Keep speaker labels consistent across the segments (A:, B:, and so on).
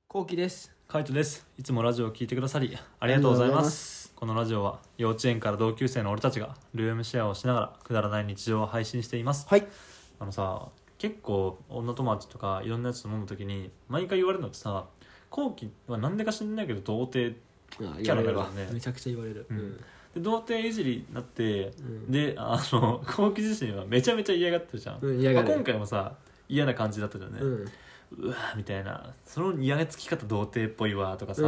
A: こうきです。
B: カイトです。いつもラジオを聞いてくださりありがとうございます。このラジオは幼稚園から同級生の俺たちがルームシェアをしながらくだらない日常を配信しています。
A: はい。
B: 結構女友達とかいろんなやつと飲むときに毎回言われるのってさ、こうきはなんでか知んないけど童貞キャラだからね。
A: めちゃくちゃ言われる。
B: で童貞いじりになって、でこうき自身はめちゃめちゃ嫌がってるじゃん。
A: 嫌がる。
B: 今回もさ嫌な感じだったじゃんね。うわみたいな、その嫌がつき方童貞っぽいわとかさ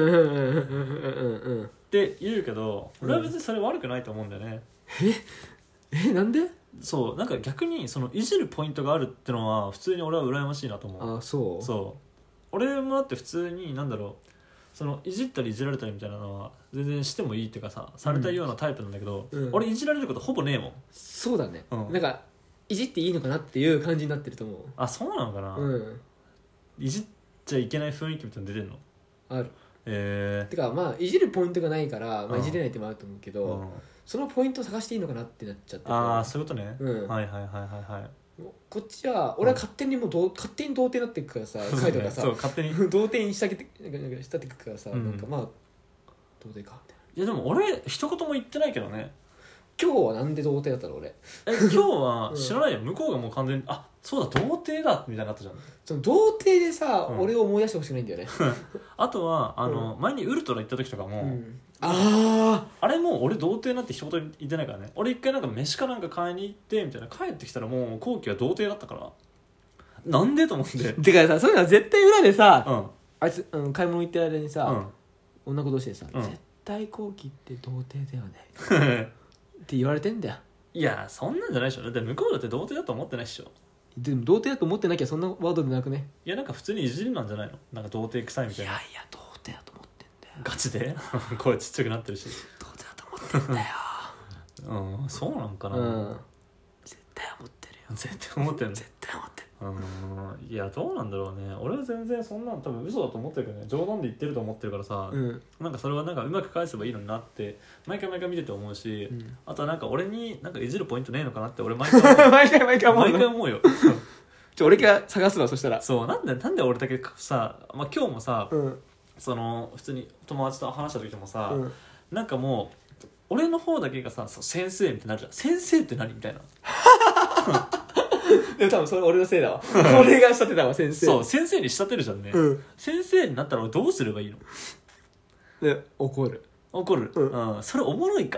B: って言うけど、俺は別にそれ悪くないと思うんだよね。
A: なんで？
B: そう、なんか逆にそのいじるポイントがあるってのは普通に俺は羨ましいなと思う。そう俺もだって普通にそのいじったりいじられたりみたいなのは全然してもいいっていうかされたいようなタイプなんだけど、俺いじられることほぼねえもん。
A: そうだね、なんかいじっていいのかなっていう感じになってると思う。
B: あ、そうなのかな。いじっちゃいけない雰囲気みたいなの出てんの？ある。
A: てかまあいじるポイントがないから、いじれないってもあると思うけど、そのポイントを探していいのかなってなっちゃって。
B: ああ、そういうことね。はい
A: こっちは俺は勝手にもう勝手に童貞になっていくからさ、カイトがさ
B: 勝手に
A: 童貞に仕立てていくからさ、なんかまあ童貞かみたいな。
B: いやでも俺一言も言ってないけどね。
A: 今日はなんで童貞だったの俺。
B: 今日は知らないよ。向こうがもう完全にそうだ童貞だみたいになったじゃん。
A: その童貞でさ、俺を思い出してほしくないんだよね。
B: あとは前にウルトラ行った時とかも、
A: あ
B: れもう俺童貞なんて一言言ってないからね。俺一回なんか飯かなんか買いに行ってみたいな、帰ってきたらもう後期は童貞だったから、なんでと思って。
A: てかさ、そういうのは絶対裏でさ、あいつ買い物行ってる間にさ、女子同士でさ、絶対後期って童貞だよねって言われてんだよ。
B: いやそんなんじゃないでしょ。だって向こうだって童貞だと思ってないっしょ。
A: でも童貞だと思ってなきゃそんなワードでなくね。
B: いやなんか普通にいじりなんじゃないの。なんか童貞臭いみたいな。
A: いやいや童貞だと思ってんだよ。
B: ガチで声ちっちゃくなってるし。
A: 童貞だと思ってんだよ
B: そうなんかな。
A: 絶対思ってるよ。
B: 絶対思ってるの。
A: 絶対思ってる。
B: いやどうなんだろうね。俺は全然そんなの多分嘘だと思ってるけどね。冗談で言ってると思ってるからさ、なんかそれはなんかうまく返せばいいのになって毎回見てて思うし、あとはなんか俺になんかいじるポイントねえのかなって俺毎回思うよ
A: 俺が探すわ。そしたら
B: そうなんで俺だけさ、今日もさ、その普通に友達と話した時もさ、なんかもう俺の方だけがさ先生みたいになるじゃん。先生って何みたいな
A: でも多分それ俺のせいだわ俺が仕立てたわ先生。
B: そう先生に仕立てるじゃんね、先生になったら俺どうすればいいの。
A: で怒る、
B: それおもろいか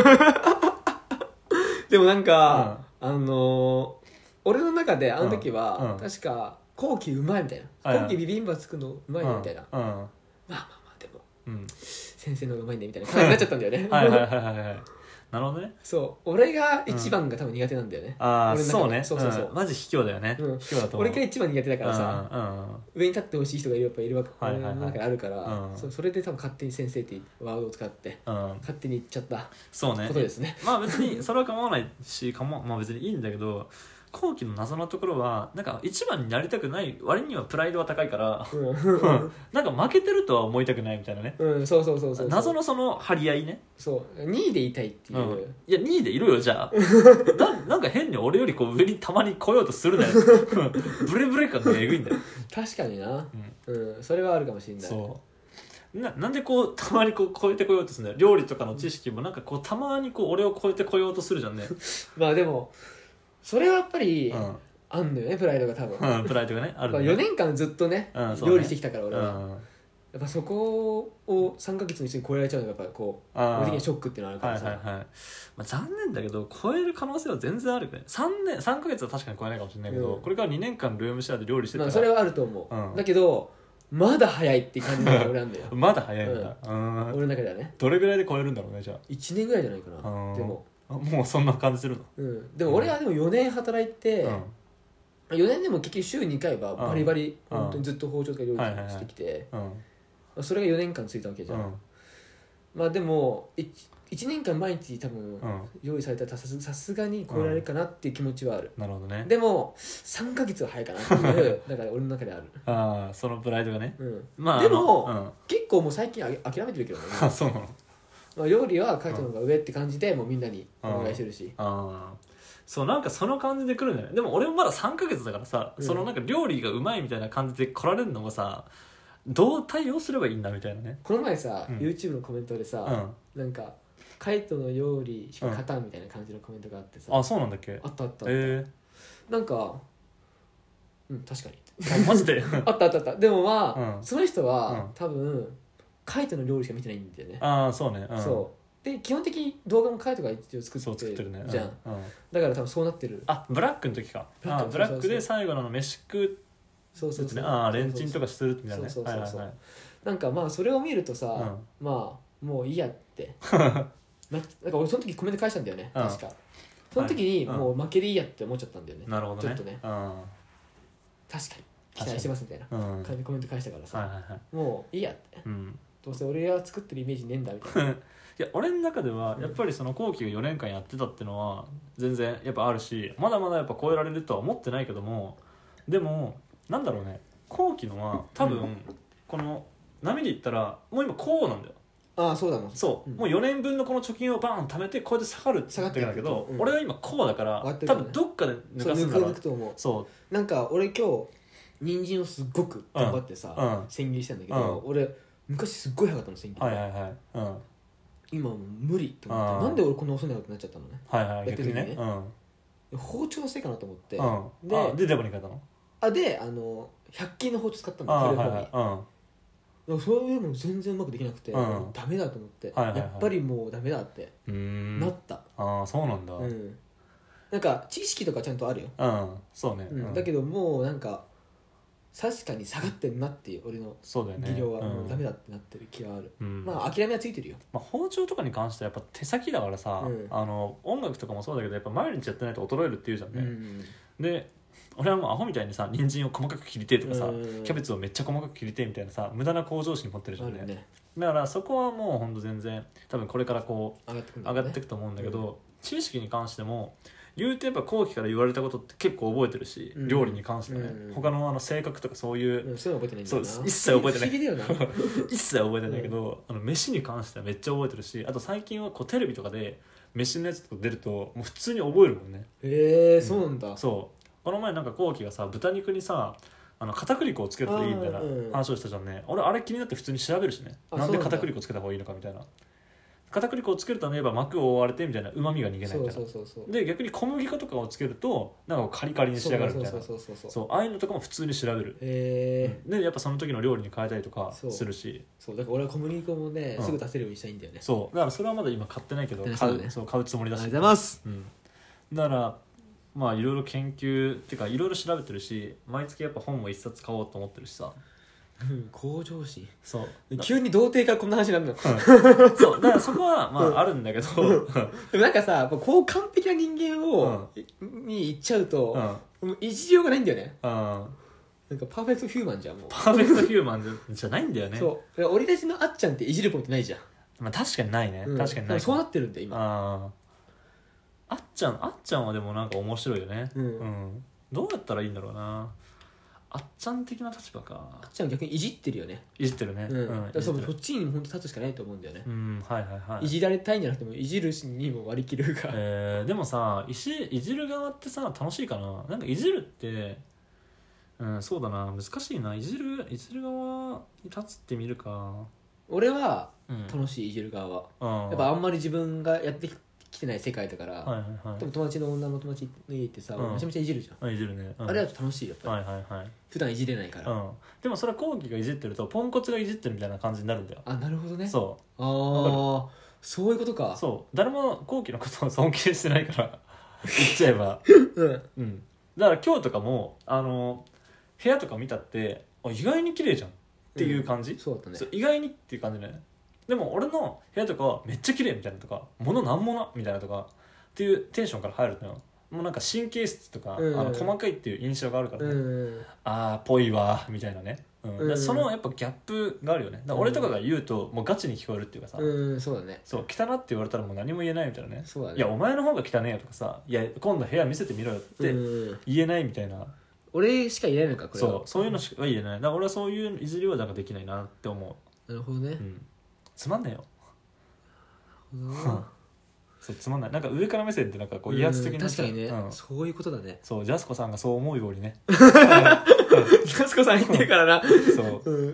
A: でもなんか、俺の中であの時は、確か後期うまいみたいな、後期ビビンバ作るのうまいねみたいな、まあでも、先生の方がうまいねみたいな感じになっちゃったんだよね
B: なるほどね。
A: そう俺が一番が多分苦手なんだよね。
B: そうね。
A: そう
B: マジ卑怯だよね。卑怯だと思う。
A: 俺が一番苦手だからさ、上に立ってほしい人がやっぱいるわけ、俺の中にあるから、それで多分勝手に先生ってワードを使って勝手に言っちゃったことですね。
B: 別にそれは構わないし別にいいんだけど、後期の謎のところはなんか一番になりたくない割にはプライドは高いからなんか負けてるとは思いたくないみたいなね。
A: そう
B: 謎のその張り合いね。
A: そう2位でいたいっていう、
B: いや2位でいろよじゃあなんか変に俺よりこう上にたまに来ようとするなよブレブレ感がえぐいんだよ。
A: 確かにな、それはあるかもしれない。
B: そうなんでこうたまにこう超えてこようとするんだよ。料理とかの知識もなんかこうたまにこう俺を超えてこようとするじゃんね
A: でもそれはやっぱり、あんのよねプライドが多分、
B: プライドがねあるね。
A: 4年間ずっとね、料理してきたから俺は、やっぱそこを3ヶ月のうちに超えられちゃうのがやっぱこう俺的にはショックっていうのがあるからさ、
B: 残念だけど超える可能性は全然あるよね。3ヶ月は確かに超えないかもしれないけど、これから2年間ルームシェアで料理してたら、
A: それはあると思う、だけどまだ早いっていう感じが俺なんだよ
B: まだ早いんだ、
A: 俺の中ではね。
B: どれぐらいで超えるんだろうね。じゃあ
A: 1年ぐらいじゃないかな。でも
B: もうそんな感じするの。
A: でも俺はでも4年働いて、4年でも結局週2回はバリバリ本当にずっと包丁とか料理してきて、それが4年間ついたわけじゃん、でも 1年間毎日多分用意されたらさすがに超えられるかなっていう気持ちはある。
B: なるほどね。
A: でも3ヶ月は早いかなっていうだから俺の中である。
B: そのプライドがね、
A: でも、結構もう最近諦めてるけどね
B: そうなの。
A: 料理はカイトの方が上って感じでもうみんなにお願いしてるし、
B: そうなんかその感じで来るんだよね。でも俺もまだ3ヶ月だからさ、そのなんか料理がうまいみたいな感じで来られるのもさ、 どう対応すればいいんだみたいなね。
A: この前さ、YouTube のコメントでさ、なんかカイトの料理しか勝たんみたいな感じのコメントがあってさ、
B: あ、そうなんだっけ。
A: あったなんか確かに
B: マジで
A: あったでもまあ、その人は、多分カイトの料理しか見てないんだよね。
B: そうね、
A: そうで基本的に動画もカイトが一応作ってるね、じゃん、だから多分そうなってる。
B: ブラックの時か。ブラックで最後の飯食う、レンチンとかするみたいなね。
A: なんかまあそれを見るとさ、まあもういいやってなんか俺その時コメント返したんだよね、確かその時にもう負けでいいやって思っちゃったんだよね。
B: なるほどね。
A: ちょっとね、確かに期待してますみたいな感じでコメント返したからさ、もういいやって、どうせ俺が作ってるイメージねえんだみたいな。
B: いや俺の中ではやっぱりその後期が4年間やってたっていうのは全然やっぱあるし、まだまだやっぱ超えられるとは思ってないけども、でもなんだろうね、後期のは多分この波で言ったらもう今こうなんだよ。
A: そうだな。
B: そう、もう4年分のこの貯金をバーン貯めてこうやって下がるってんだけど、俺は今こうだから多分どっかで抜かすから。
A: 抜くと思う。そうなんか俺今日人参をすっごく頑張ってさ、千切りしたんだけど、俺昔すっごい早かったの千切り。今もう無理って思って、なんで俺こんな遅いんだろうってなっちゃったのね。やってる時ね、包丁のせいかなと思って、
B: でどこに変えたの？
A: で100均の包丁使ったの、テレフォンに。そういうの全然うまくできなくて、ダメだと思って、やっぱりもうダメだってなった。
B: そうなんだ。
A: なんか知識とかちゃんとあるよ。
B: そうね。
A: だけどもうなんか確かに下がってんなっていう俺の技量はもうダメだってなってる気はある。まあ諦めはついてるよ。
B: 包丁とかに関してはやっぱ手先だからさ、音楽とかもそうだけどやっぱ毎日やってないと衰えるっていうじゃんね。で俺はもうアホみたいにさ、人参を細かく切りてとかさ、キャベツをめっちゃ細かく切りてみたいなさ、無駄な向上心持ってるじゃんね。だからそこはもうほんと全然多分これからこう上がっていくと思うんだけど、知識に関しても言うてやっぱ後期から言われたことって結構覚えてるし、料理に関してはね、他の性格とかそういう、
A: そういうの覚えてないんだよな。
B: そう一切覚えてない。
A: 不思議だよな。
B: 一切覚えてないけど、飯に関してはめっちゃ覚えてるし、あと最近はこうテレビとかで飯のやつとか出るともう普通に覚えるもんね。
A: そうなんだ。
B: そうこの前なんか後期がさ、豚肉にさ片栗粉をつけるといいみたいな話をしたじゃんね。俺あれ気になって普通に調べるしね、なんで片栗粉つけた方がいいのかみたいな。片栗粉をつけるとね、膜を覆われてみたいな、旨味が逃げないみたいな。で逆に小麦粉とかをつけるとなんかカリカリに仕上がるみたいな。そうああいうのとかも普通に調べる。でやっぱその時の料理に変えたりとかするし、
A: そうだから俺は小麦粉もね、すぐ出せるようにしたいんだよね。
B: そうだからそれはまだ今買ってないけど、買うつもりだし。
A: ありがとうございます。
B: だからまあいろいろ研究っていうかいろいろ調べてるし、毎月やっぱ本も一冊買おうと思ってるしさ。
A: 向上心。
B: そう
A: 急に童貞からこんな話になるの。
B: そうだからそこはまああるんだけど、で
A: もなんかさ、こう完璧な人間をに行っちゃうといじりようがないんだよね。なんかパーフェクトヒューマンじゃん。もう
B: パーフェクトヒューマンじゃないんだよね。
A: そう俺たちのあっちゃんっていじるポイントないじゃん。
B: まあ確かにないね。確かにない。
A: そうなってるんで今。
B: あっちゃんはでもなんか面白いよね。どうやったらいいんだろうな。あっちゃん的な立場か。
A: あっちゃん逆にいじってるよね。
B: いじってるね。
A: そっちに本当立つしかないと思うんだよね。
B: い
A: じられたいんじゃなくてもいじるにも割り切るか。
B: でもさ、いじる側ってさ楽しいかな。なんかいじるってそうだな、難しいな。いじる側に立つってみるか。
A: 俺は楽しい、いじる側は。やっぱあんまり自分がやってきてない世界だから、多分友達の女の友達の家行ってさ、めちゃめちゃいじるじゃん。
B: いじるね。
A: あれだと楽しいよやっぱり。普段いじれないから。
B: でもそれは後期がいじってるとポンコツがいじってるみたいな感じになるんだよ。
A: なるほどね。
B: そう
A: そういうことか。
B: そう誰も後期のことを尊敬してないから言っちゃえばだから今日とかも部屋とか見たって意外に綺麗じゃんっていう感じ。
A: そうだったね。
B: 意外にっていう感じね。でも俺の部屋とかはめっちゃ綺麗みたいなとか、物なんもなみたいなとかっていうテンションから入るのよ。もうなんか神経質とか、細かいっていう印象があるからね、ぽいわみたいなね、そのやっぱギャップがあるよね。だから俺とかが言うともうガチに聞こえるっていうかさ、
A: そうだね。
B: そう汚って言われたらもう何も言えないみたいなね。
A: そうだね。
B: いやお前の方が汚ねえよとかさ、いや今度部屋見せてみろよって言えないみたいな。
A: 俺しか言えないのかこれは。
B: そういうのしか言えない。だから俺はそういういじりはなんかできないなって思う。
A: なるほどね。
B: つまんねえよ。 そうつまんない。なんか上から目線ってなんかこう威圧的になっちゃう。
A: 確かにね、そういうことだね。
B: そうジャスコさんがそう思うようにね。
A: ジャスコさん言ってるからな。
B: そう、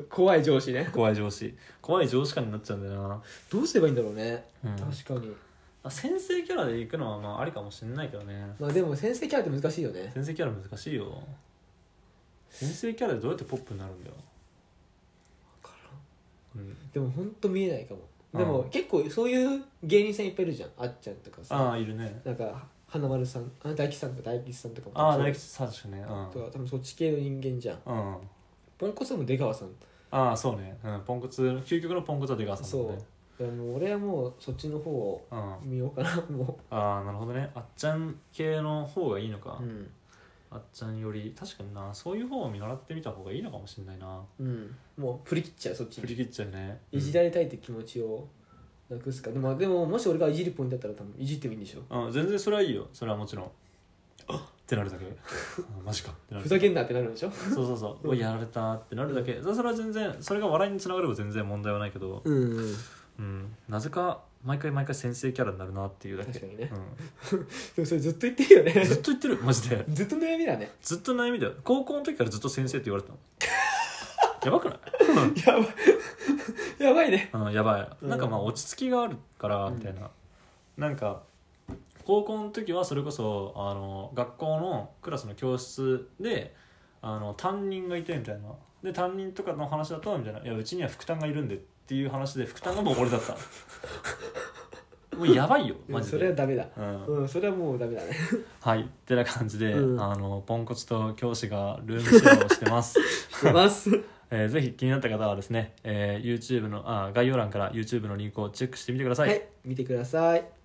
A: 怖い上司ね。
B: 怖い上司官になっちゃうんだよな。
A: どうすればいいんだろうね。確かに。
B: 先生キャラで行くのはまあありかもしれないけどね。
A: まあでも先生キャラって難しいよね。
B: 先生キャラ難しいよ。先生キャラでどうやってポップになるんだよ。
A: 分からん、でもほんと見えないかも。でも結構そういう芸人さんいっぱいいるじゃん。あっちゃんとかさ。
B: いるね。
A: なんか花丸さん、大吉さんとか大吉さんとか
B: も。大吉さんですね。
A: とか多分そっち系の人間じゃん。ポンコツも出川さん。
B: そうね。ポンコツ、究極のポンコツは出川さんだね。
A: そう。俺はもうそっちの方を見ようかな、もう。
B: なるほどね。あっちゃん系の方がいいのか。あっちゃんより確かにな、そういう方を見習ってみた方がいいのかもしれないな。
A: もう振り切っちゃう、そっちに。
B: 振り切っちゃうね。
A: いじられたいって気持ちをなくすか。でももし俺がいじるポイントだったら多分いじってもいいんでしょ。
B: 全然それはいいよ。それはもちろん。ってなるだけ。マジかってなる。
A: ふざけんなってなるんでしょ。
B: そうやられたってなるだけ。それは全然、それが笑いにつながれば全然問題はないけど、なぜか毎回先生キャラになるなっていうだけ。
A: 確かにね。でもそれずっと言ってるよね。
B: ずっと言ってる、マジで。
A: ずっと悩みだね。
B: ずっと悩みだよ。高校の時からずっと先生って言われてたの。やばくない？
A: やばいね。
B: やばい。なんかまあ落ち着きがあるからみたいな。なんか高校の時はそれこそ学校のクラスの教室で担任がいてみたいな。で担任とかの話だとみたいな、いやうちには副担がいるんでっていう話で、副担がもう俺だった。もうやばいよマジで。
A: それはダメだ。それはもうダメだね。
B: はいってな感じで、ポンコツと教師がルームシェアをしてます。
A: してます。
B: ぜひ気になった方はですね、YouTube の概要欄から YouTube のリンクをチェックしてみてください。
A: はい、見てください。